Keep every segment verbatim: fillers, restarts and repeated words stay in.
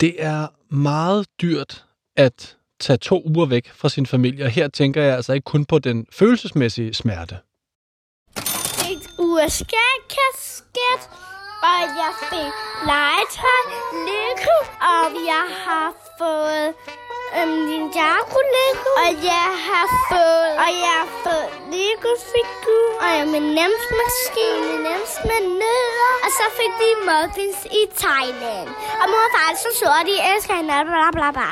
Det er meget dyrt at tage to uger væk fra sin familie, og her tænker jeg altså ikke kun på den følelsesmæssige smerte. Et urskab-kasket, og jeg fik legetøj, Lego, og jeg har fået øhm, Ninjago-Lego, og jeg har fået, og jeg har fået Lego-figur, og jeg med nemsmaskine, nems med nødder, og så fik vi muffins i Thailand. Og mor og far er så søde, og de elsker hinanden, bla bla bla.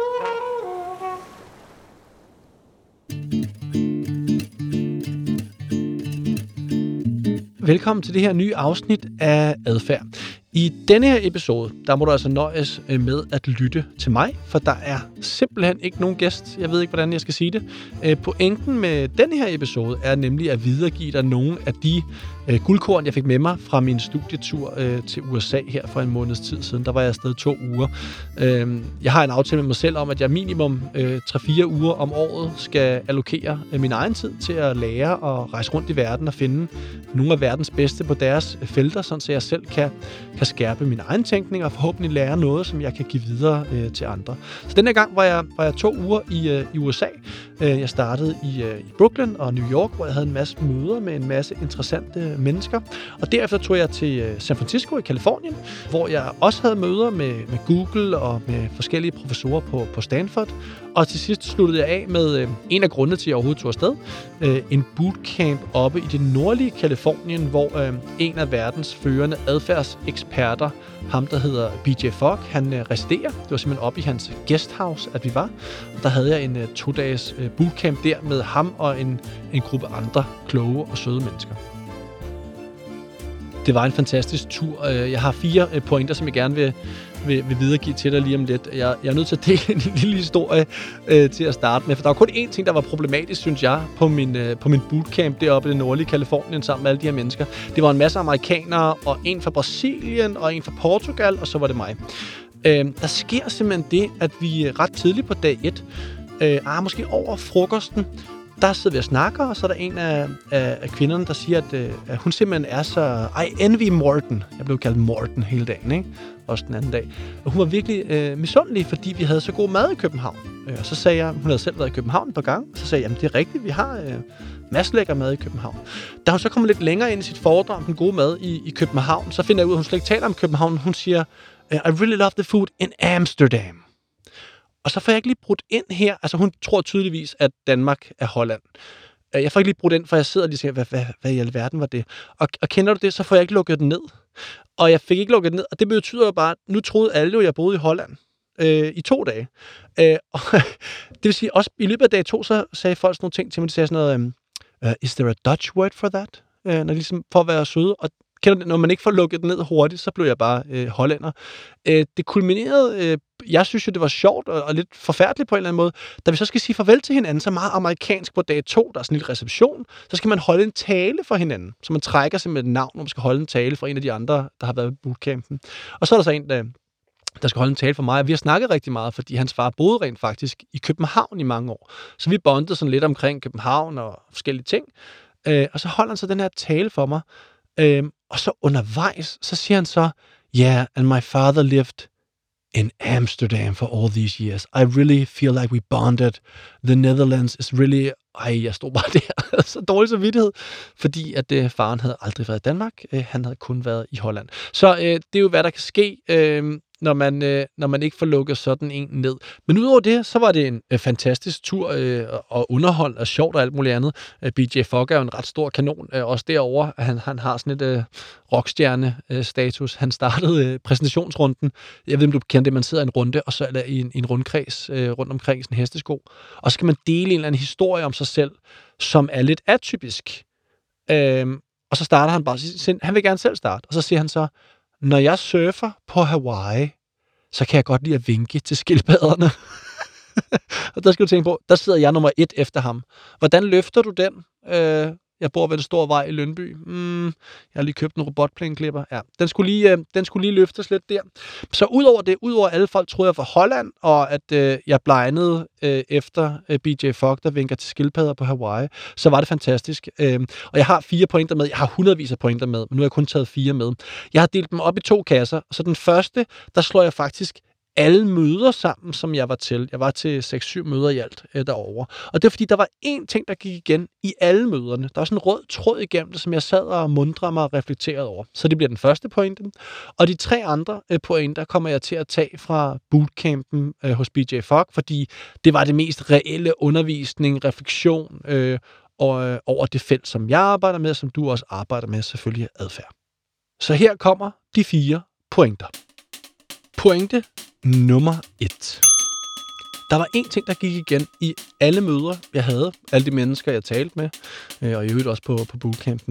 Velkommen til det her nye afsnit af Adfærd. I denne her episode, der må du altså nøjes med at lytte til mig, for der er simpelthen ikke nogen gæst. Jeg ved ikke, hvordan jeg skal sige det. Pointen med denne her episode er nemlig at videregive dig nogle af de øh, guldkorn, jeg fik med mig fra min studietur øh, til U S A her for en måneds tid siden. Der var jeg afsted to uger. Øh, jeg har en aftale med mig selv om, at jeg minimum øh, tre fire uger om året skal allokere øh, min egen tid til at lære og rejse rundt i verden og finde nogle af verdens bedste på deres felter, sådan så jeg selv kan, kan skærpe min egen tænkning og forhåbentlig lære noget, som jeg kan give videre øh, til andre. Så denne gang var jeg, var jeg to uger i, øh, i U S A. Øh, jeg startede i, øh, i Brooklyn og New York, hvor jeg havde en masse møder med en masse interessante mennesker. Og derefter tog jeg til øh, San Francisco i Californien, hvor jeg også havde møder med, med Google og med forskellige professorer på, på Stanford. Og til sidst sluttede jeg af med øh, en af grundene til, at jeg overhovedet tog afsted. Øh, en bootcamp oppe i det nordlige Californien, hvor øh, en af verdens førende adfærdseksperter, ham der hedder B J Fogg, han øh, residerer. Det var simpelthen oppe i hans guesthouse, at vi var. Og der havde jeg en øh, to-dages øh, bootcamp der med ham og en, en gruppe andre kloge og søde mennesker. Det var en fantastisk tur. Jeg har fire pointer, som jeg gerne vil, vil, vil videregive til dig lige om lidt. Jeg, jeg er nødt til at dele en lille historie øh, til at starte med, for der var kun én ting, der var problematisk, synes jeg, på min, øh, på min bootcamp deroppe i det nordlige Californien sammen med alle de her mennesker. Det var en masse amerikanere, og en fra Brasilien, og en fra Portugal, og så var det mig. Øh, der sker simpelthen det, at vi ret tidligt på dag et, øh, ah, måske over frokosten, der sidder vi og snakker, og så er der en af, af, af kvinderne, der siger, at, øh, at hun simpelthen er så... I envy Morten. Jeg blev kaldt Morten hele dagen, ikke? Også den anden dag. Og hun var virkelig øh, misundelig, fordi vi havde så god mad i København. Øh, og så sagde jeg, hun havde selv været i København et par gange, og så sagde jeg, jamen det er rigtigt, vi har øh, masser lækker mad i København. Da hun så kommer lidt længere ind i sit foredrag om den gode mad i, i København, så finder jeg ud, at hun slet ikke taler om København. Hun siger, I really love the food in Amsterdam. Og så får jeg ikke lige brudt ind her. Altså, hun tror tydeligvis, at Danmark er Holland. Jeg får ikke lige brudt ind, for jeg sidder lige og siger, hvad, hvad, hvad i alverden var det? Og, og kender du det, så får jeg ikke lukket den ned. Og jeg fik ikke lukket den ned, og det betyder jo bare, nu troede alle jo, at jeg boede i Holland øh, i to dage. Øh, og det vil sige, også i løbet af dag to, så sagde folk sådan nogle ting til mig. De sagde sådan noget, uh, is there a Dutch word for that? Øh, når ligesom, for at være søde. Og kender det, når man ikke får lukket den ned hurtigt, så blev jeg bare øh, hollænder. Øh, det kulminerede, øh, jeg synes jo, det var sjovt og, og lidt forfærdeligt på en eller anden måde. Da vi så skal sige farvel til hinanden, så meget amerikansk på dag to, der er sådan en lille reception, så skal man holde en tale for hinanden. Så man trækker simpelthen et navn, når man skal holde en tale for en af de andre, der har været på bootcampen. Og så er der så en, der, der skal holde en tale for mig, og vi har snakket rigtig meget, fordi hans far boede rent faktisk i København i mange år. Så vi bondede sådan lidt omkring København og forskellige ting. Øh, og så holder han så den her tale for mig. Øhm, og så undervejs, så siger han så, yeah, and my father lived in Amsterdam for all these years. I really feel like we bonded. The Netherlands is really... Ej, jeg stod bare der. Så dårlig samvittighed. Fordi at øh, faren havde aldrig været i Danmark. Øh, han havde kun været i Holland. Så øh, det er jo, hvad der kan ske, øh, når, man, øh, når man ikke får lukket sådan en ned. Men udover det, så var det en øh, fantastisk tur øh, og underhold og sjovt og alt muligt andet. Øh, B J Fogg er jo en ret stor kanon. Øh, også derovre, han, han har sådan et øh, rockstjerne-status. Han startede øh, præsentationsrunden. Jeg ved ikke, om du kender det, man sidder i en runde, og så eller i en, i en rundkreds øh, rundt omkring sådan en hestesko. Og så kan man dele en eller anden historie om sig selv, som er lidt atypisk. Øhm, og så starter han bare, han vil gerne selv starte, og så siger han så, når jeg surfer på Hawaii, så kan jeg godt lide at vinke til skildpadderne. Og der skal du tænke på, der sidder jeg nummer et efter ham. Hvordan løfter du den? Øh, jeg bor ved en stor vej i Lyngby. Mm, jeg har lige købt en robotplæneklipper. Ja, den skulle lige, øh, den skulle lige løftes lidt der. Så udover det, udover alle folk troede jeg var Holland, og at øh, jeg blegnede øh, efter øh, B J Fogg, der vinker til skildpadder på Hawaii, så var det fantastisk. Øh, og jeg har fire pointer med. Jeg har hundredvis af pointer med, men nu har jeg kun taget fire med. Jeg har delt dem op i to kasser, så den første, der slår jeg faktisk alle møder sammen, som jeg var til. Jeg var til seks syv møder i alt øh, derovre. Og det er fordi, der var én ting, der gik igen i alle møderne. Der var sådan en rød tråd igennem det, som jeg sad og mundrede mig og reflekterede over. Så det bliver den første pointe. Og de tre andre øh, pointer kommer jeg til at tage fra bootcampen øh, hos B J Fogg, fordi det var det mest reelle undervisning, refleksion øh, og, øh, over det felt, som jeg arbejder med, som du også arbejder med, selvfølgelig adfærd. Så her kommer de fire pointer. Pointe nummer et. Der var én ting, der gik igen i alle møder, jeg havde, alle de mennesker, jeg talte med, og i øvrigt også på, på bootcampen.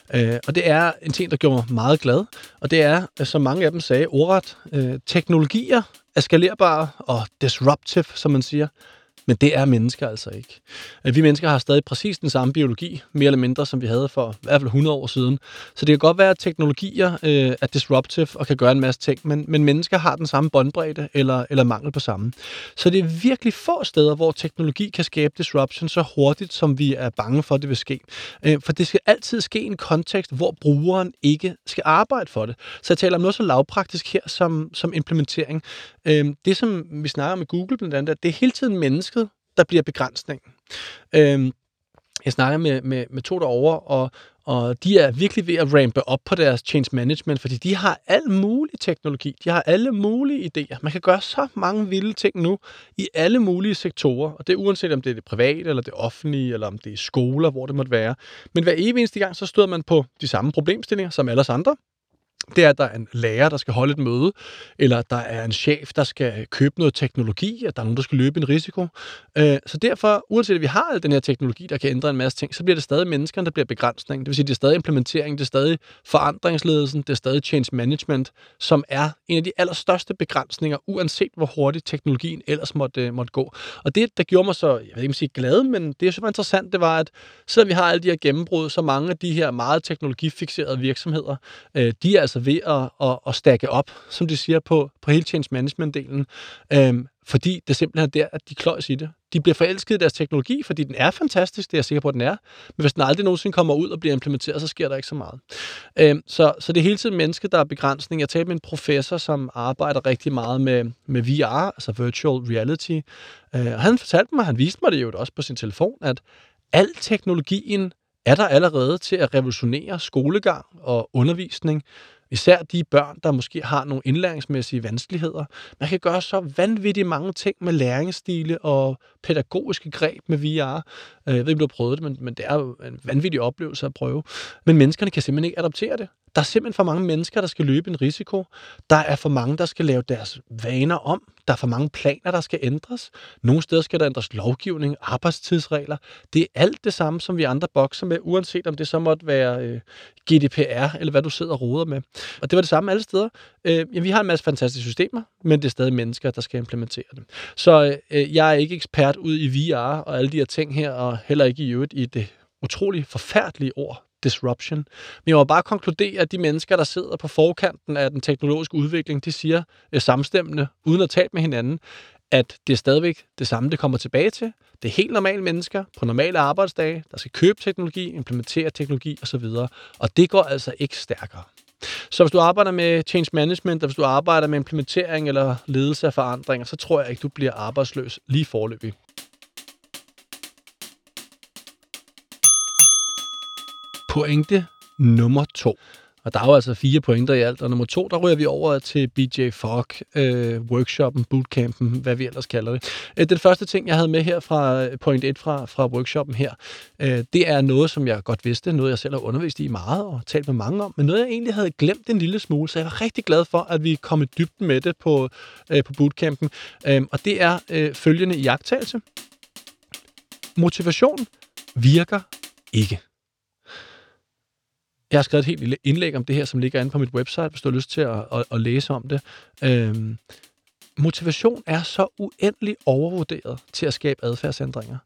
Og det er en ting, der gjorde mig meget glad, og det er, som mange af dem sagde, ordret, teknologier er skalerbare og disruptive, som man siger. Men det er mennesker altså ikke. Vi mennesker har stadig præcis den samme biologi, mere eller mindre, som vi havde for i hvert fald hundrede år siden. Så det kan godt være, at teknologier øh, er disruptive og kan gøre en masse ting, men, men mennesker har den samme båndbredde eller, eller mangel på samme. Så det er virkelig få steder, hvor teknologi kan skabe disruption så hurtigt, som vi er bange for, det vil ske. Øh, for det skal altid ske i en kontekst, hvor brugeren ikke skal arbejde for det. Så jeg taler om noget så lavpraktisk her som, som implementering. Øh, det, som vi snakker om i Google blandt andet, det er hele tiden mennesker, der bliver begrænsningen. Øhm, jeg snakker med, med, med to derovre, og, og de er virkelig ved at rampe op på deres change management, fordi de har al mulig teknologi, de har alle mulige idéer. Man kan gøre så mange vilde ting nu i alle mulige sektorer, og det er uanset om det er det private, eller det offentlige, eller om det er skoler, hvor det måtte være. Men hver evig eneste gang, så støder man på de samme problemstillinger som alle os andre. Det er, at der er en lærer, der skal holde et møde, eller der er en chef, der skal købe noget teknologi, at der er nogen, der skal løbe en risiko. Så derfor, uanset at vi har al den her teknologi, der kan ændre en masse ting, så bliver det stadig menneskerne, der bliver begrænsning. Det vil sige, det er stadig implementering, det er stadig forandringsledelsen, det er stadig change management, som er en af de allerstørste begrænsninger, uanset hvor hurtigt teknologien ellers måtte, måtte gå. Og det, der gjorde mig så, jeg ved ikke sige glad, men det er så interessant, det var, at selvom vi har alle de her gennembrud, så mange af de her meget teknologifixerede virksomheder, de er altså ved at, at, at stacke op, som de siger, på, på hele change management-delen. Øhm, fordi det simpelthen er der, at de kløjs i det. De bliver forelsket i deres teknologi, fordi den er fantastisk, det er jeg sikker på, at den er. Men hvis den aldrig nogensinde kommer ud og bliver implementeret, så sker der ikke så meget. Øhm, så, så det er hele tiden menneske, der er begrænsning. Jeg talte med en professor, som arbejder rigtig meget med, med V R, altså virtual reality. Øh, og han fortalte mig, han viste mig det jo også på sin telefon, at al teknologien er der allerede til at revolutionere skolegang og undervisning. Især de børn, der måske har nogle indlæringsmæssige vanskeligheder. Man kan gøre så vanvittigt mange ting med læringsstile og pædagogiske greb med V R. Jeg ved ikke, om du har prøvet det, men, men det er jo en vanvittig oplevelse at prøve. Men menneskerne kan simpelthen ikke adoptere det. Der er simpelthen for mange mennesker, der skal løbe en risiko. Der er for mange, der skal lave deres vaner om. Der er for mange planer, der skal ændres. Nogle steder skal der ændres lovgivning, arbejdstidsregler. Det er alt det samme, som vi andre bokser med, uanset om det så måtte være øh, G D P R, eller hvad du sidder og roder med. Og det var det samme alle steder. Øh, ja, vi har en masse fantastiske systemer, men det er stadig mennesker, der skal implementere dem. Så øh, jeg er ikke ekspert ud i V R og alle de her ting her, og heller ikke i øvrigt i det utrolig forfærdelige ord disruption. Men jeg må bare konkludere, at de mennesker, der sidder på forkanten af den teknologiske udvikling, de siger øh, samstemmende, uden at tale med hinanden, at det er stadigvæk det samme, det kommer tilbage til. Det er helt normale mennesker på normale arbejdsdage, der skal købe teknologi, implementere teknologi osv. Og det går altså ikke stærkere. Så hvis du arbejder med change management, og hvis du arbejder med implementering eller ledelse af forandringer, så tror jeg ikke, du bliver arbejdsløs lige foreløbig. Pointe nummer to. Og der er jo altså fire pointer i alt, og nummer to, der ryger vi over til B J Fogg, øh, workshoppen, bootcampen, hvad vi ellers kalder det. Den første ting, jeg havde med her fra point et fra, fra workshoppen her, øh, det er noget, som jeg godt vidste, noget jeg selv har undervist i meget og talt med mange om, men noget jeg egentlig havde glemt en lille smule, så jeg var rigtig glad for, at vi kom i dybden med det på, øh, på bootcampen. Øh, og det er øh, følgende iagttagelse. Motivation virker ikke. Jeg har skrevet et helt indlæg om det her, som ligger inde på mit website, hvis du har lyst til at, at, at læse om det. Øhm, motivation er så uendelig overvurderet til at skabe adfærdsændringer.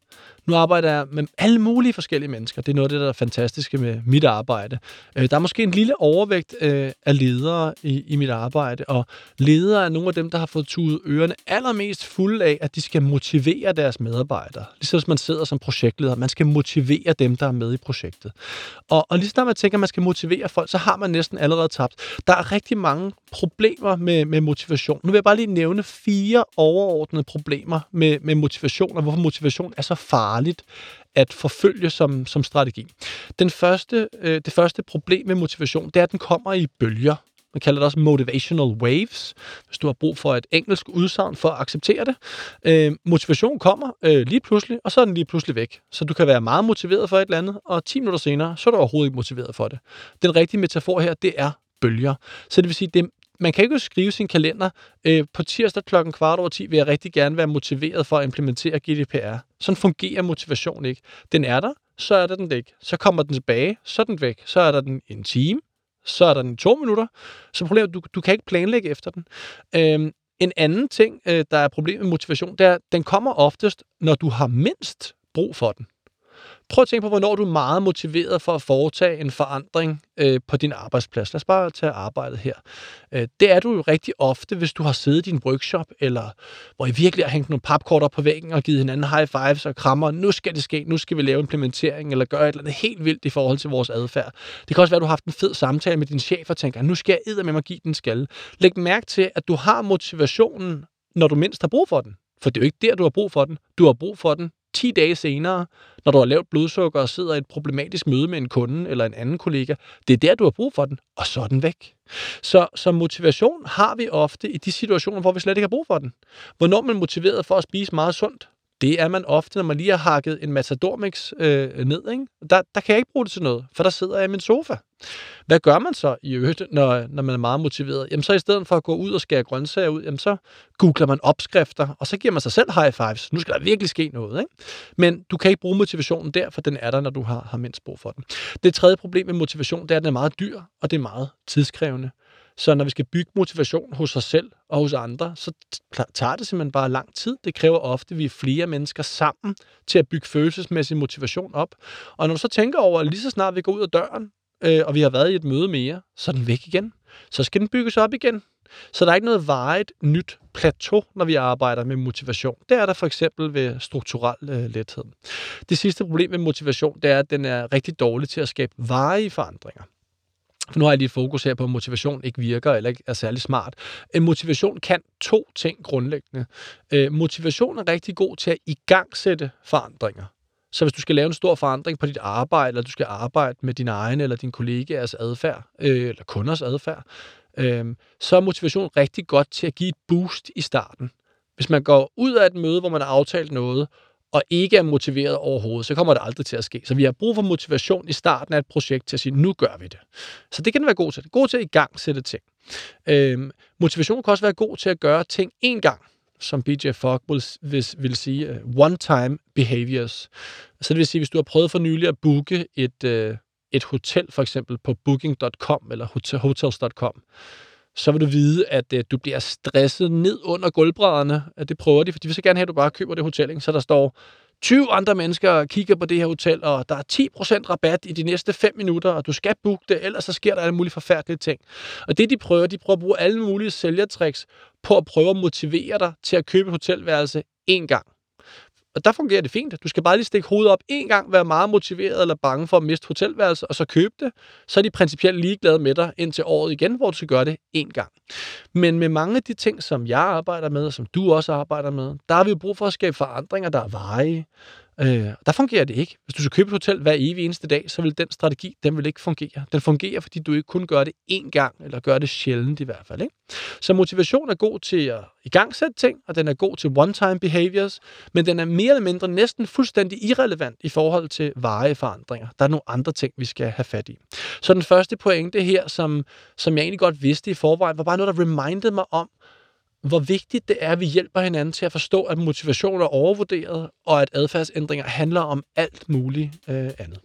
Nu arbejder jeg med alle mulige forskellige mennesker. Det er noget af det, der er fantastiske med mit arbejde. Der er måske en lille overvægt af ledere i, i mit arbejde, og ledere er nogle af dem, der har fået tudet ørerne allermest fulde af, at de skal motivere deres medarbejdere. Ligesom hvis man sidder som projektleder, man skal motivere dem, der er med i projektet. Og, og lige snart man tænker, at man skal motivere folk, så har man næsten allerede tabt. Der er rigtig mange problemer med, med motivation. Nu vil jeg bare lige nævne fire overordnede problemer med, med motivation, og hvorfor motivation er så farligt at forfølge som, som strategi. Den første, øh, det første problem med motivation, det er, at den kommer i bølger. Man kalder det også motivational waves, hvis du har brug for et engelsk udsagn for at acceptere det. Øh, motivation kommer øh, lige pludselig, og så er den lige pludselig væk. Så du kan være meget motiveret for et eller andet, og ti minutter senere, så er du overhovedet ikke motiveret for det. Den rigtige metafor her, det er bølger. Så det vil sige, det man kan ikke skrive sin kalender, øh, på tirsdag klokken kvart over ti vil jeg rigtig gerne være motiveret for at implementere G D P R. Sådan fungerer motivation ikke. Den er der, så er der den ikke. Så kommer den tilbage, så er den væk. Så er der den en time, så er der den to minutter. Så problemet du, du kan ikke planlægge efter den. Øh, en anden ting, øh, der er problemet med motivation, det er, at den kommer oftest, når du har mindst brug for den. Prøv at tænke på, hvornår du er meget motiveret for at foretage en forandring øh, på din arbejdsplads. Lad os bare tage arbejdet her. Øh, det er du jo rigtig ofte, hvis du har siddet i en workshop, eller hvor I virkelig har hængt nogle papkort op på væggen og givet hinanden high fives og krammer. Nu skal det ske, nu skal vi lave implementering, eller gøre et eller andet helt vildt i forhold til vores adfærd. Det kan også være, at du har haft en fed samtale med din chef og tænker, nu skal jeg eddermame give den skalle. Læg mærke til, at du har motivationen, når du mindst har brug for den. For det er jo ikke der, du har brug for den. Du har brug for den ti dage senere, når du har lavt blodsukker og sidder i et problematisk møde med en kunde eller en anden kollega. Det er der, du har brug for den, og så er den væk. Så, så motivation har vi ofte i de situationer, hvor vi slet ikke har brug for den. Hvornår man er motiveret for at spise meget sundt? Det er man ofte, når man lige har hakket en Matador-mix øh, ned. Ikke? Der, der kan jeg ikke bruge det til noget, for der sidder jeg i min sofa. Hvad gør man så i øvrigt, når, når man er meget motiveret? Jamen så i stedet for at gå ud og skære grøntsager ud, jamen så googler man opskrifter, og så giver man sig selv high fives. Nu skal der virkelig ske noget. Ikke? Men du kan ikke bruge motivationen der, for den er der, når du har, har mindst brug for den. Det tredje problem med motivation, det er, at den er meget dyr, og det er meget tidskrævende. Så når vi skal bygge motivation hos os selv og hos andre, så tager det simpelthen bare lang tid. Det kræver ofte, at vi er flere mennesker sammen til at bygge følelsesmæssig motivation op. Og når du så tænker over, at lige så snart vi går ud af døren, øh, og vi har været i et møde mere, så er den væk igen. Så skal den bygges op igen. Så der er ikke noget varigt nyt plateau, når vi arbejder med motivation. Det er der for eksempel ved strukturel øh, lethed. Det sidste problem med motivation, det er, at den er rigtig dårlig til at skabe varige forandringer. For nu har jeg lige fokus her på, at motivation ikke virker eller ikke er særlig smart. En motivation kan to ting grundlæggende. Øh, motivation er rigtig god til at igangsætte forandringer. Så hvis du skal lave en stor forandring på dit arbejde, eller du skal arbejde med din egen eller din kollegaers adfærd, øh, eller kunders adfærd, øh, så er motivation rigtig godt til at give et boost i starten. Hvis man går ud af et møde, hvor man har aftalt noget, og ikke er motiveret overhovedet, så kommer det aldrig til at ske. Så vi har brug for motivation i starten af et projekt til at sige, nu gør vi det. Så det kan den være god til. Det er god til at igangsætte ting. Øhm, motivation kan også være god til at gøre ting én gang, som B J Fogg vil, vil, vil sige, uh, one-time behaviors. Så det vil sige, hvis du har prøvet for nylig at booke et, uh, et hotel, for eksempel på booking punktum com eller hotels punktum com, så vil du vide, at uh, du bliver stresset ned under gulvbrædderne. Det prøver de, for de vil så gerne have, at du bare køber det hotel. Ikke? Så der står tyve andre mennesker og kigger på det her hotel, og der er ti procent rabat i de næste fem minutter, og du skal booke det, ellers så sker der alle mulige forfærdelige ting. Og det, de prøver, de prøver at bruge alle mulige sælgertricks på at prøve at motivere dig til at købe et hotelværelse én gang. Og der fungerer det fint. Du skal bare lige stikke hovedet op en gang, være meget motiveret eller bange for at miste hotelværelse, og så købe det. Så er de principielt ligeglade med dig indtil året igen, hvor du skal gøre det en gang. Men med mange af de ting, som jeg arbejder med, og som du også arbejder med, der har vi jo brug for at skabe forandringer, der er varige. Øh, der fungerer det ikke. Hvis du skal købe et hotel hver evig eneste dag, så vil den strategi, den vil ikke fungere. Den fungerer, fordi du ikke kun gør det én gang, eller gør det sjældent i hvert fald. Ikke? Så motivation er god til at igangsætte ting, og den er god til one-time behaviors, men den er mere eller mindre næsten fuldstændig irrelevant i forhold til varige forandringer. Der er nogle andre ting, vi skal have fat i. Så den første pointe her, som, som jeg egentlig godt vidste i forvejen, var bare noget, der remindede mig om, hvor vigtigt det er, at vi hjælper hinanden til at forstå, at motivation er overvurderet, og at adfærdsændringer handler om alt muligt øh, andet.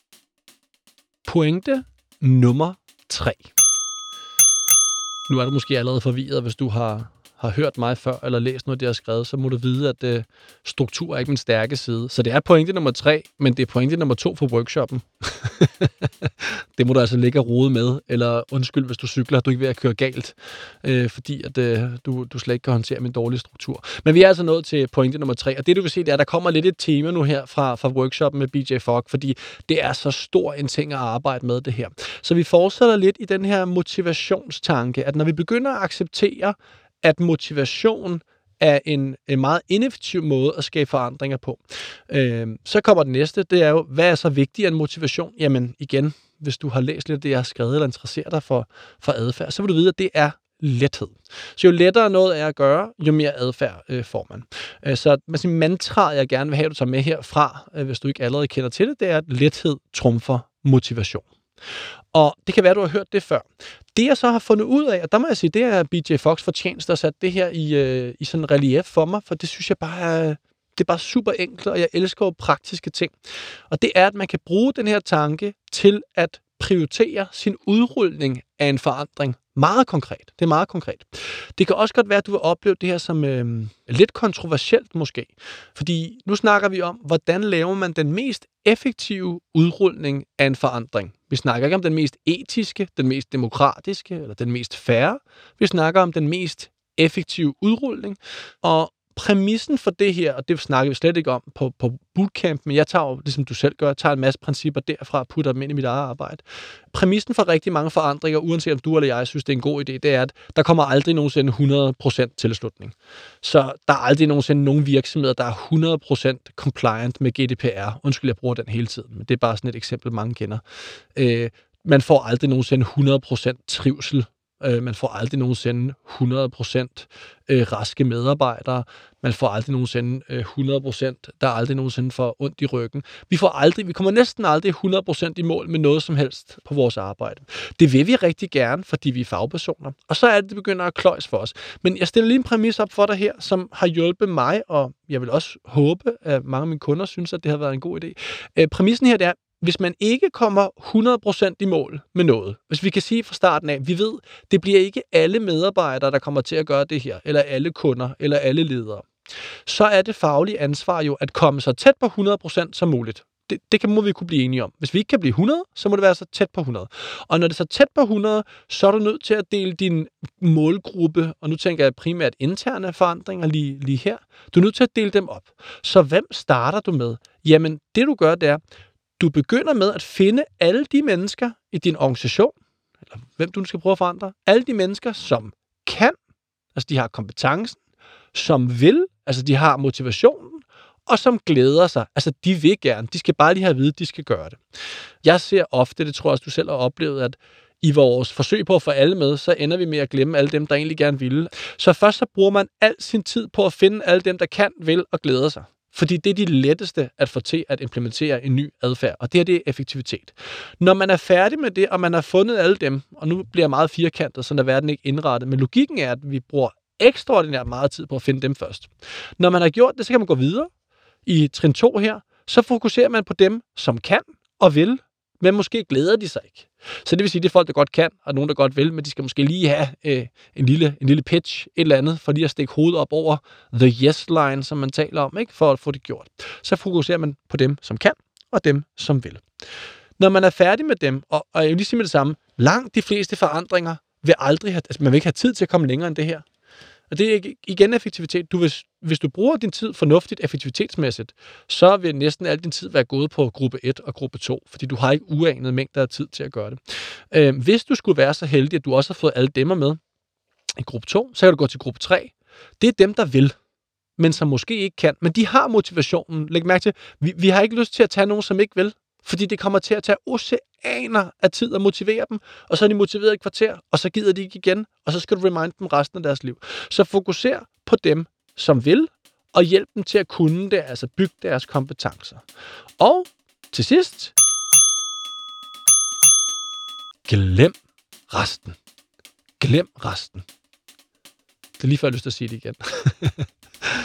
Pointe nummer tre. Nu er du måske allerede forvirret, hvis du har, har hørt mig før, eller læst noget, de har skrevet, så må du vide, at øh, struktur er ikke min stærke side. Så det er pointe nummer tre, men det er pointe nummer to for workshoppen. Det må du altså ligge og rode med, eller undskyld, hvis du cykler, du er ikke ved at køre galt, øh, fordi at, øh, du, du slet ikke kan håndtere min dårlige struktur. Men vi er altså nået til pointe nummer tre, og det du kan se, det er, at der kommer lidt et tema nu her fra, fra workshoppen med B J Fogg, fordi det er så stor en ting at arbejde med det her. Så vi fortsætter lidt i den her motivationstanke, at når vi begynder at acceptere, at motivation er en, en meget ineffektiv måde at skabe forandringer på. Øh, så kommer det næste, det er jo, hvad er så vigtigere end motivation? Jamen igen, hvis du har læst lidt af det, jeg har skrevet, eller interesserer dig for, for adfærd, så vil du vide, at det er lethed. Så jo lettere noget er at gøre, jo mere adfærd øh, får man. Øh, så med mantraet, jeg gerne vil have, du tager med herfra, øh, hvis du ikke allerede kender til det, det er, at lethed trumfer motivation. Og det kan være, du har hørt det før. Det, jeg så har fundet ud af, og der må jeg sige, det er B J Foggs fortjeneste, der sat det her i, øh, i sådan en relief for mig, for det synes jeg bare er, det er bare super enkelt, og jeg elsker jo praktiske ting. Og det er, at man kan bruge den her tanke til at prioritere sin udrulning af en forandring meget konkret. Det er meget konkret. Det kan også godt være, at du vil opleve det her som øh, lidt kontroversielt måske. Fordi nu snakker vi om, hvordan laver man den mest effektive udrulning af en forandring. Vi snakker ikke om den mest etiske, den mest demokratiske eller den mest fair. Vi snakker om den mest effektive udrulning. Og præmissen for det her, og det snakker vi slet ikke om på, på bootcamp, men jeg tager jo, ligesom du selv gør, jeg tager en masse principper derfra og putter dem ind i mit eget arbejde. Præmissen for rigtig mange forandringer, uanset om du eller jeg synes, det er en god idé, det er, at der kommer aldrig nogensinde hundrede procent tilslutning. Så der er aldrig nogensinde nogen virksomheder, der er hundrede procent compliant med G D P R. Undskyld, jeg bruger den hele tiden, men det er bare sådan et eksempel, mange kender. Øh, man får aldrig nogensinde hundrede procent trivsel. Man får aldrig nogensinde hundrede procent raske medarbejdere. Man får aldrig nogensinde hundrede procent, der er aldrig nogensinde for ondt i ryggen. Vi får aldrig, vi kommer næsten aldrig hundrede procent i mål med noget som helst på vores arbejde. Det vil vi rigtig gerne, fordi vi er fagpersoner. Og så er det, det begynder at kløjs for os. Men jeg stiller lige en præmis op for dig her, som har hjulpet mig, og jeg vil også håbe, at mange af mine kunder synes, at det har været en god idé. Præmissen her, det er, hvis man ikke kommer hundrede procent i mål med noget, hvis vi kan sige fra starten af, vi ved, det bliver ikke alle medarbejdere, der kommer til at gøre det her, eller alle kunder, eller alle ledere, så er det faglige ansvar jo at komme så tæt på hundrede procent som muligt. Det, det kan, må vi kunne blive enige om. Hvis vi ikke kan blive hundrede, så må det være så tæt på hundrede. Og når det er så tæt på hundrede, så er du nødt til at dele din målgruppe, og nu tænker jeg primært interne forandringer lige, lige her, du er nødt til at dele dem op. Så hvem starter du med? Jamen, det du gør, det er, du begynder med at finde alle de mennesker i din organisation, eller hvem du skal prøve at forandre, alle de mennesker, som kan, altså de har kompetencen, som vil, altså de har motivationen, og som glæder sig. Altså de vil gerne, de skal bare lige have at vide, at de skal gøre det. Jeg ser ofte, det tror jeg også, du selv har oplevet, at i vores forsøg på at få alle med, så ender vi med at glemme alle dem, der egentlig gerne vil. Så først så bruger man al sin tid på at finde alle dem, der kan, vil og glæder sig. Fordi det er de letteste at få til at implementere en ny adfærd, og det her det er effektivitet. Når man er færdig med det, og man har fundet alle dem, og nu bliver jeg meget firkantet, så er verden ikke indrettet, men logikken er, at vi bruger ekstraordinært meget tid på at finde dem først. Når man har gjort det, så kan man gå videre. I trin to her, så fokuserer man på dem, som kan og vil, men måske glæder de sig ikke. Så det vil sige, det er folk, der godt kan, og nogen, der godt vil, men de skal måske lige have øh, en, lille, en lille pitch, et eller andet, for lige at stikke hovedet op over the yes-line, som man taler om, ikke, for at få det gjort. Så fokuserer man på dem, som kan, og dem, som vil. Når man er færdig med dem, og, og jeg vil lige sige med det samme, langt de fleste forandringer vil aldrig have, altså man vil ikke have tid til at komme længere end det her. Og det er igen effektivitet. Du, hvis, hvis du bruger din tid fornuftigt, effektivitetsmæssigt, så vil næsten al din tid være gået på gruppe et og gruppe to, fordi du har ikke uanede mængder af tid til at gøre det. Øh, hvis du skulle være så heldig, at du også har fået alle dem med i gruppe to, så kan du gå til gruppe tre. Det er dem, der vil, men som måske ikke kan. Men de har motivationen. Læg mærke til, vi, vi har ikke lyst til at tage nogen, som ikke vil. Fordi det kommer til at tage oceaner af tid at motivere dem, og så er de motiveret i et kvarter, og så gider de ikke igen, og så skal du remind dem resten af deres liv. Så fokuser på dem, som vil, og hjælp dem til at kunne det, altså bygge deres kompetencer. Og til sidst, glem resten. Glem resten. Det er lige før, jeg har lyst til at sige det igen.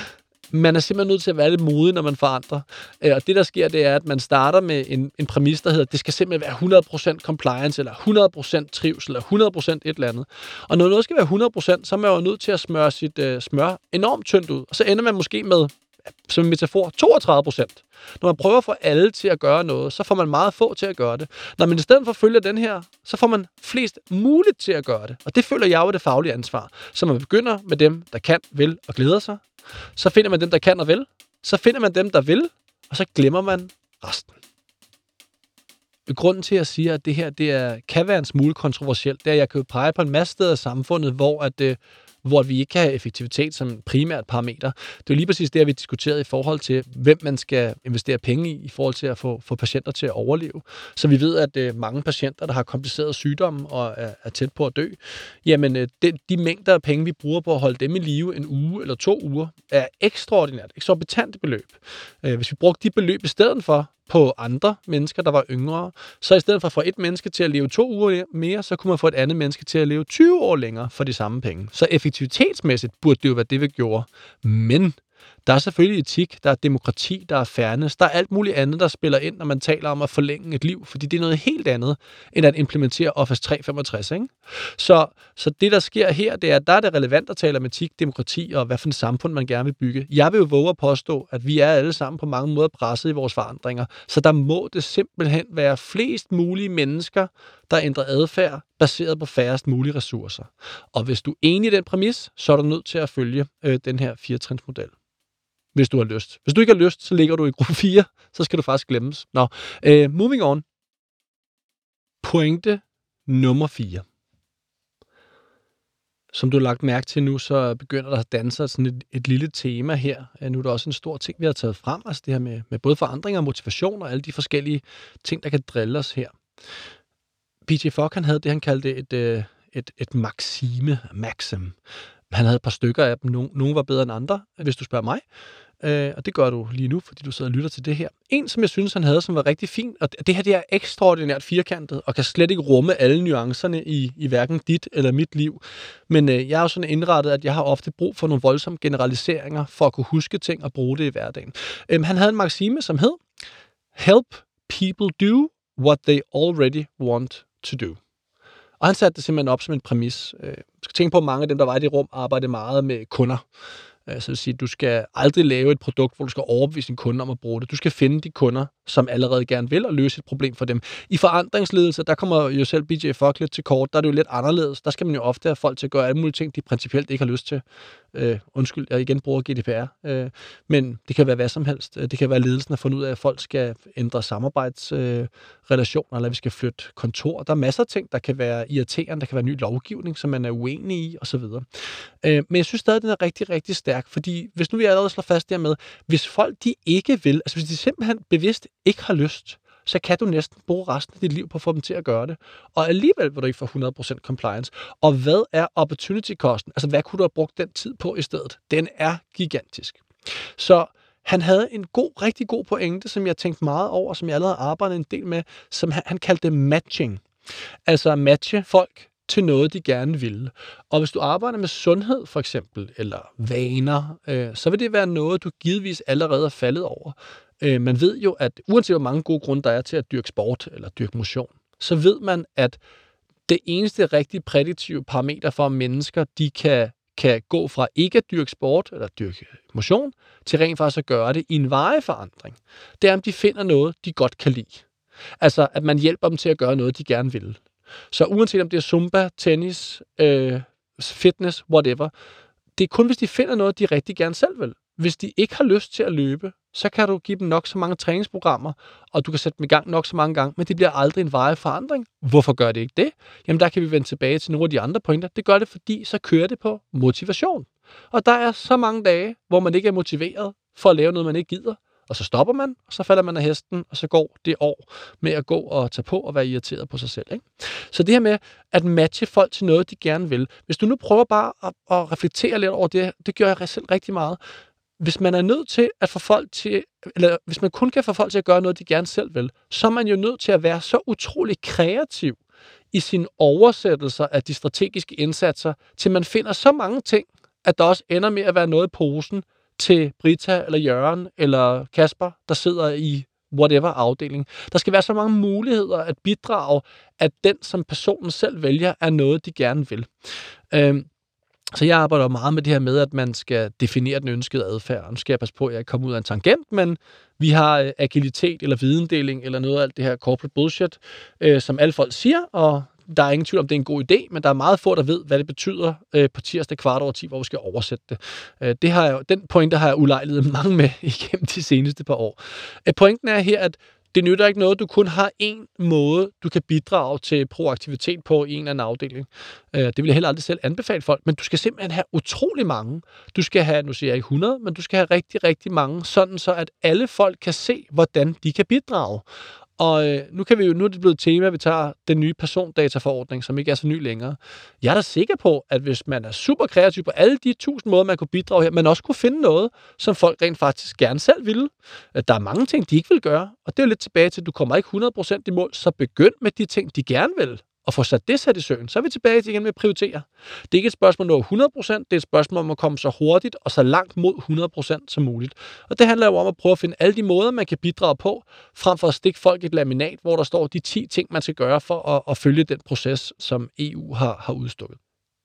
man er simpelthen nødt til at være lidt modig, når man forandrer. Og det, der sker, det er, at man starter med en, en præmis, der hedder, at det skal simpelthen være hundrede procent compliance, eller hundrede procent trivsel, eller hundrede procent et eller andet. Og når noget skal være hundrede procent, så er man jo nødt til at smøre sit øh, smør enormt tyndt ud. Og så ender man måske med, som en metafor, toogtredive procent. Når man prøver at få alle til at gøre noget, så får man meget få til at gøre det. Når man i stedet for følger den her, så får man flest muligt til at gøre det. Og det føler jeg jo er det faglige ansvar. Så man begynder med dem, der kan, vil og glæder sig. Så finder man dem, der kan og vil. Så finder man dem, der vil. Og så glemmer man resten. Grunden til, at jeg siger, at det her det er, kan være en smule kontroversielt, det er, at jeg kan jo pege på en masse steder i samfundet, hvor at det hvor vi ikke kan have effektivitet som primært parameter. Det er jo lige præcis det, vi diskuterede i forhold til, hvem man skal investere penge i, i forhold til at få, få patienter til at overleve. Så vi ved, at øh, mange patienter, der har komplicerede sygdomme og er, er tæt på at dø, jamen øh, de, de mængder af penge, vi bruger på at holde dem i live en uge eller to uger, er ekstraordinært, eksorbitante beløb. Øh, hvis vi brugte de beløb i stedet for på andre mennesker, der var yngre, så i stedet for at få et menneske til at leve to uger mere, så kunne man få et andet menneske til at leve tyve år længere for de samme penge. Så effektivitetsmæssigt burde det jo være det, vi gjorde. Men der er selvfølgelig etik, der er demokrati, der er fairness, der er alt muligt andet, der spiller ind, når man taler om at forlænge et liv, fordi det er noget helt andet, end at implementere Office tre femogtres. Ikke? Så, så det, der sker her, det er, at der er det relevant at tale om etik, demokrati og hvad for et samfund, man gerne vil bygge. Jeg vil jo våge at påstå, at vi er alle sammen på mange måder presset i vores forandringer, så der må det simpelthen være flest mulige mennesker, der ændrer adfærd, baseret på færrest mulige ressourcer. Og hvis du er enig i den præmis, så er du nødt til at følge øh, den her fire-trinsmodel. Hvis du har lyst. Hvis du ikke har lyst, så ligger du i gruppe fire, så skal du faktisk glemmes. Nå, uh, moving on. Pointe nummer fire. Som du har lagt mærke til nu, så begynder der at danse sådan et, et lille tema her. Uh, nu er der også en stor ting, vi har taget frem, altså det her med, med både forandringer og motivation og alle de forskellige ting, der kan drille os her. P J Fogg, han havde det, han kaldte et, et, et, et maxime, maxim. Han havde et par stykker af dem. Nogle var bedre end andre, hvis du spørger mig. Øh, og det gør du lige nu, fordi du sidder og lytter til det her. En, som jeg synes, han havde, som var rigtig fin, og det her det er ekstraordinært firkantet, og kan slet ikke rumme alle nuancerne i, i hverken dit eller mit liv. Men øh, jeg er jo sådan indrettet, at jeg har ofte brug for nogle voldsomme generaliseringer, for at kunne huske ting og bruge det i hverdagen. Øh, han havde en maxime, som hed, help people do what they already want to do. Og han satte det simpelthen op som en præmis. Jeg skal tænke på, at mange af dem, der var i det rum, arbejdede meget med kunder. Så det vil sige, at du skal aldrig lave et produkt, hvor du skal overbevise en kunde om at bruge det. Du skal finde de kunder, som allerede gerne vil, og løse et problem for dem. I forandringsledelse, der kommer jo selv B J Fogg lidt til kort, der er det jo lidt anderledes. Der skal man jo ofte have folk til at gøre alle mulige ting, de principielt ikke har lyst til. Uh, undskyld, jeg igen bruger G D P R. Uh, men det kan være hvad som helst. Det kan være ledelsen at finde ud af, at folk skal ændre samarbejdsrelationer, uh, eller vi skal flytte kontor. Der er masser af ting, der kan være irriterende. Der kan være ny lovgivning, som man er uenig i, osv. Uh, men jeg synes stadig, den er rigtig, rigtig stærk, fordi hvis nu vi allerede slår fast dermed, hvis folk de ikke vil, altså hvis de simpelthen bevidst ikke har lyst, så kan du næsten bruge resten af dit liv på at få dem til at gøre det. Og alligevel vil du ikke få hundrede procent compliance. Og hvad er opportunity-kosten? Altså, hvad kunne du have brugt den tid på i stedet? Den er gigantisk. Så han havde en god, rigtig god pointe, som jeg tænkte meget over, som jeg allerede arbejdede en del med, som han, han kaldte matching. Altså at matche folk til noget, de gerne vil. Og hvis du arbejder med sundhed, for eksempel, eller vaner, øh, så vil det være noget, du givetvis allerede er faldet over. Øh, man ved jo, at uanset hvor mange gode grunde der er til at dyrke sport eller dyrke motion, så ved man, at det eneste rigtig prædiktive parameter for, at mennesker de kan, kan gå fra ikke at dyrke sport eller dyrke motion, til rent faktisk at gøre det i en varig forandring, det er, om de finder noget, de godt kan lide. Altså, at man hjælper dem til at gøre noget, de gerne vil. Så uanset om det er zumba, tennis, øh, fitness, whatever, det er kun, hvis de finder noget, de rigtig gerne selv vil. Hvis de ikke har lyst til at løbe, så kan du give dem nok så mange træningsprogrammer, og du kan sætte dem i gang nok så mange gange, men det bliver aldrig en varig forandring. Hvorfor gør det ikke det? Jamen der kan vi vende tilbage til nogle af de andre pointer. Det gør det, fordi så kører det på motivation. Og der er så mange dage, hvor man ikke er motiveret for at lave noget, man ikke gider. Og så stopper man, og så falder man af hesten, og så går det år med at gå og tage på og være irriteret på sig selv. Ikke? Så det her med at matche folk til noget, de gerne vil. Hvis du nu prøver bare at, at reflektere lidt over det, det gør jeg selv rigtig meget. Hvis man er nødt til at få folk til, eller hvis man kun kan få folk til at gøre noget, de gerne selv vil, så er man jo nødt til at være så utrolig kreativ i sine oversættelser af de strategiske indsatser, til man finder så mange ting, at der også ender med at være noget i posen til Brita eller Jørgen eller Kasper, der sidder i whatever afdeling. Der skal være så mange muligheder at bidrage, at den, som personen selv vælger, er noget, de gerne vil. Øhm, Så jeg arbejder meget med det her med, at man skal definere den ønskede adfærd. Nu skal jeg passe på, at jeg ikke kommer ud af en tangent, men vi har øh, agilitet eller videndeling eller noget af alt det her corporate bullshit, øh, som alle folk siger, og der er ingen tvivl om, det er en god idé, men der er meget få, der ved, hvad det betyder øh, på tirsdag kvart over ti, hvor vi skal oversætte det. Øh, det har jeg, den pointe har jeg ulejliget mange med igennem de seneste par år. Øh, pointen er her, at det nytter ikke noget, du kun har én måde, du kan bidrage til proaktivitet på i en eller anden afdeling. Det vil jeg heller aldrig selv anbefale folk, men du skal simpelthen have utrolig mange. Du skal have, nu siger jeg ikke hundrede, men du skal have rigtig, rigtig mange, sådan så at alle folk kan se, hvordan de kan bidrage. Og øh, nu, kan vi jo, nu er det blevet tema, at vi tager den nye persondataforordning, som ikke er så ny længere. Jeg er da sikker på, at hvis man er super kreativ på alle de tusind måder, man kunne bidrage her, man også kunne finde noget, som folk rent faktisk gerne selv ville. Der er mange ting, de ikke vil gøre, og det er jo lidt tilbage til, at du kommer ikke hundrede procent i mål, så begynd med de ting, de gerne vil, og få sat det sat i søen. Så er vi tilbage til igen med at prioritere. Det er ikke et spørgsmål om hundrede procent, det er et spørgsmål om at komme så hurtigt og så langt mod hundrede procent som muligt. Og det handler jo om at prøve at finde alle de måder, man kan bidrage på, frem for at stikke folk et laminat, hvor der står de ti ting, man skal gøre for at, at følge den proces, som E U har, har udstukket.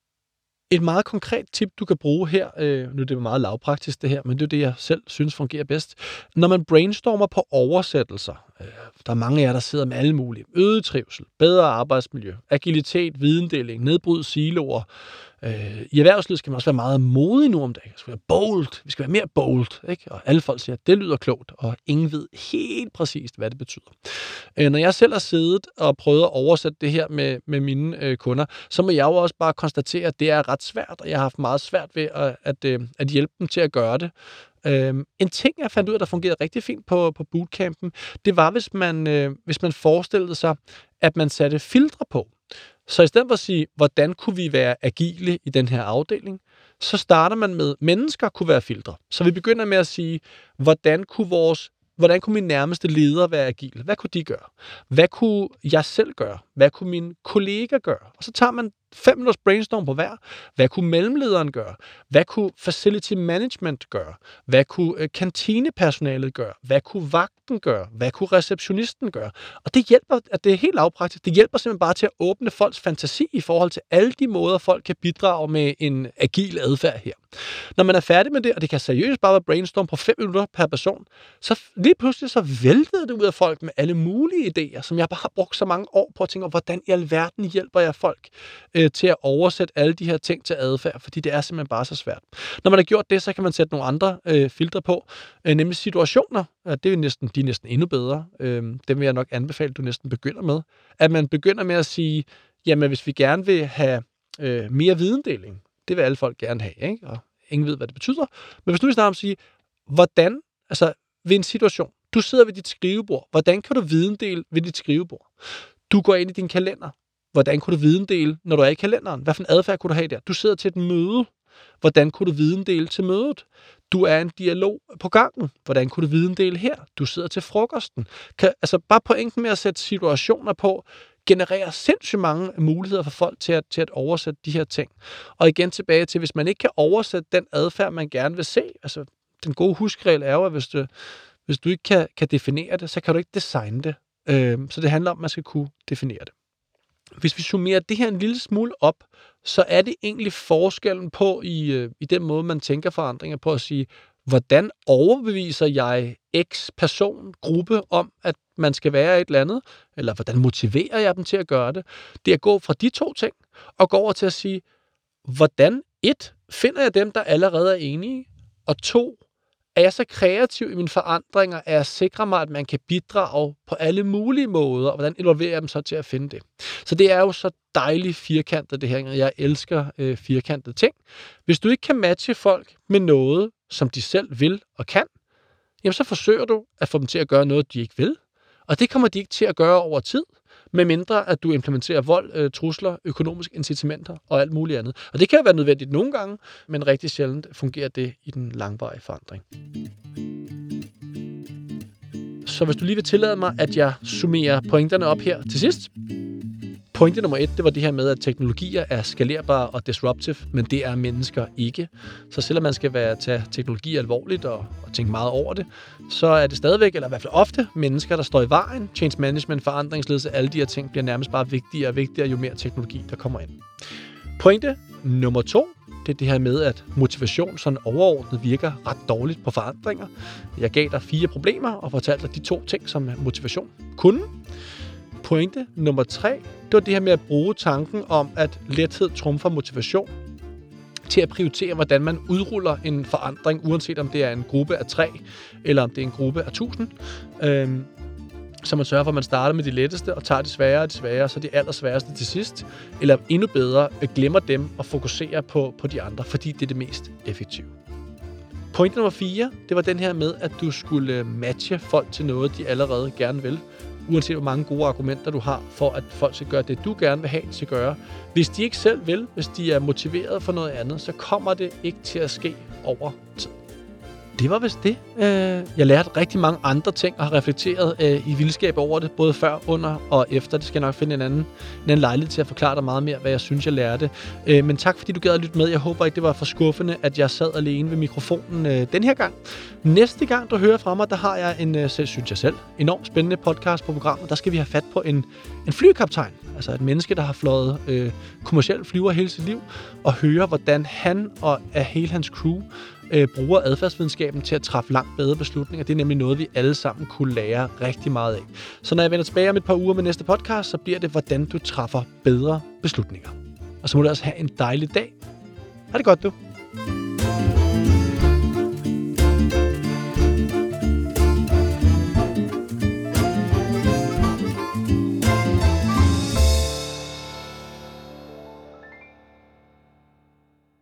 Et meget konkret tip, du kan bruge her, øh, nu er det meget lavpraktisk det her, men det er det, jeg selv synes fungerer bedst. Når man brainstormer på oversættelser, øh, der er mange af jer, der sidder med alle mulige, øget trivsel, bedre arbejdsmiljø, agilitet, videndeling, nedbryd siloer. Øh, I erhvervslivet skal man også være meget modig nu om dagen. Vi skal være bold, vi skal være mere bold, ikke? Og alle folk siger, at det lyder klogt, og ingen ved helt præcist, hvad det betyder. Øh, når jeg selv har siddet og prøvet at oversætte det her med, med mine øh, kunder, så må jeg jo også bare konstatere, at det er ret svært, og jeg har haft meget svært ved at, at, at, at hjælpe dem til at gøre det. Øh, en ting, jeg fandt ud af, der fungerede rigtig fint på, på bootcampen, det var, hvis man, øh, hvis man forestillede sig, at man satte filtre på. Så i stedet for at sige, hvordan kunne vi være agile i den her afdeling, så starter man med, mennesker kunne være filtre. Så vi begynder med at sige, hvordan kunne vores Hvordan kunne mine nærmeste ledere være agile? Hvad kunne de gøre? Hvad kunne jeg selv gøre? Hvad kunne mine kolleger gøre? Og så tager man fem minutters brainstorm på hver. Hvad kunne mellemlederen gøre? Hvad kunne facility management gøre? Hvad kunne kantinepersonalet gøre? Hvad kunne vagten gøre? Hvad kunne receptionisten gøre? Og det hjælper, at det er helt lavpraktisk. Det hjælper simpelthen bare til at åbne folks fantasi i forhold til alle de måder, folk kan bidrage med en agil adfærd her. Når man er færdig med det, og det kan seriøst bare være brainstorm på fem minutter per person, så lige pludselig så væltede det ud af folk med alle mulige idéer, som jeg bare har brugt så mange år på at tænke, hvordan i alverden hjælper jeg folk øh, til at oversætte alle de her ting til adfærd, fordi det er simpelthen bare så svært. Når man har gjort det, så kan man sætte nogle andre øh, filtre på, øh, nemlig situationer. Det er næsten, de er næsten endnu bedre. Øh, dem vil jeg nok anbefale, at du næsten begynder med. At man begynder med at sige, jamen hvis vi gerne vil have øh, mere videndeling, det vil alle folk gerne have, ikke? Og ingen ved, hvad det betyder. Men hvis nu vi snakker om at sige, hvordan, altså ved en situation, du sidder ved dit skrivebord, hvordan kan du videndele ved dit skrivebord? Du går ind i din kalender. Hvordan kunne du videndele, når du er i kalenderen? Hvad for en adfærd kunne du have der? Du sidder til et møde. Hvordan kunne du videndele til mødet? Du er en dialog på gangen. Hvordan kunne du videndele her? Du sidder til frokosten. Kan, altså bare pointen med at sætte situationer på, genererer sindssygt mange muligheder for folk til at, til at oversætte de her ting. Og igen tilbage til, hvis man ikke kan oversætte den adfærd, man gerne vil se, altså den gode huskregel er jo, at hvis du, hvis du ikke kan, kan definere det, så kan du ikke designe det. Øh, så det handler om, at man skal kunne definere det. Hvis vi summerer det her en lille smule op, så er det egentlig forskellen på i, i den måde, man tænker forandringer på at sige, hvordan overbeviser jeg x person, gruppe om, at man skal være et eller andet, eller hvordan motiverer jeg dem til at gøre det? Det er at gå fra de to ting, og gå over til at sige, hvordan et, finder jeg dem, der allerede er enige, og to, er jeg så kreativ i mine forandringer, at jeg sikrer mig, at man kan bidrage på alle mulige måder, og hvordan involverer jeg dem så til at finde det? Så det er jo så dejligt firkantet, det her. Jeg elsker øh, firkantede ting. Hvis du ikke kan matche folk med noget, som de selv vil og kan, jamen så forsøger du at få dem til at gøre noget, de ikke vil. Og det kommer de ikke til at gøre over tid, medmindre at du implementerer vold, øh, trusler, økonomiske incitamenter og alt muligt andet. Og det kan jo være nødvendigt nogle gange, men rigtig sjældent fungerer det i den langvarige forandring. Så hvis du lige vil tillade mig, at jeg summerer pointerne op her til sidst. Pointe nummer et, det var det her med, at teknologier er skalerbare og disruptive, men det er mennesker ikke. Så selvom man skal være, tage teknologi alvorligt og, og tænke meget over det, så er det stadigvæk, eller i hvert fald ofte, mennesker, der står i vejen. Change management, forandringsledelse, alle de her ting bliver nærmest bare vigtigere og vigtigere, jo mere teknologi, der kommer ind. Pointe nummer to, det er det her med, at motivation sådan overordnet virker ret dårligt på forandringer. Jeg gav dig fire problemer og fortalte dig de to ting, som motivation kunne. Pointe nummer tre, det var det her med at bruge tanken om, at lethed trumfer motivation til at prioritere, hvordan man udruller en forandring, uanset om det er en gruppe af tre, eller om det er en gruppe af tusind. Øhm, så man sørger for, at man starter med de letteste og tager de svære og de svære, så de allersværeste til sidst. Eller endnu bedre, glemmer dem og fokuserer på, på de andre, fordi det er det mest effektive. Point nummer fire, det var den her med, at du skulle matche folk til noget, de allerede gerne vil. Uanset hvor mange gode argumenter du har for, at folk skal gøre det, du gerne vil have, de skal gøre. Hvis de ikke selv vil, hvis de er motiveret for noget andet, så kommer det ikke til at ske over tid. Det var vist det. Jeg lærte rigtig mange andre ting og har reflekteret i vildskab over det, både før, under og efter. Det skal jeg nok finde en anden, en anden lejlighed til at forklare dig meget mere, hvad jeg synes, jeg lærte. Men tak, fordi du gad at lytte med. Jeg håber ikke, det var for skuffende, at jeg sad alene ved mikrofonen den her gang. Næste gang, du hører fra mig, der har jeg en, synes jeg selv, enormt spændende podcast på programmet. Der skal vi have fat på en, en flykaptajn. Altså et menneske, der har fløjet øh, kommercielt flyver hele sit liv, og høre, hvordan han og af hele hans crew øh, bruger adfærdsvidenskaben til at træffe langt bedre beslutninger. Det er nemlig noget, vi alle sammen kunne lære rigtig meget af. Så når jeg vender tilbage om et par uger med næste podcast, så bliver det, hvordan du træffer bedre beslutninger. Og så må du også have en dejlig dag. Ha' det godt, du.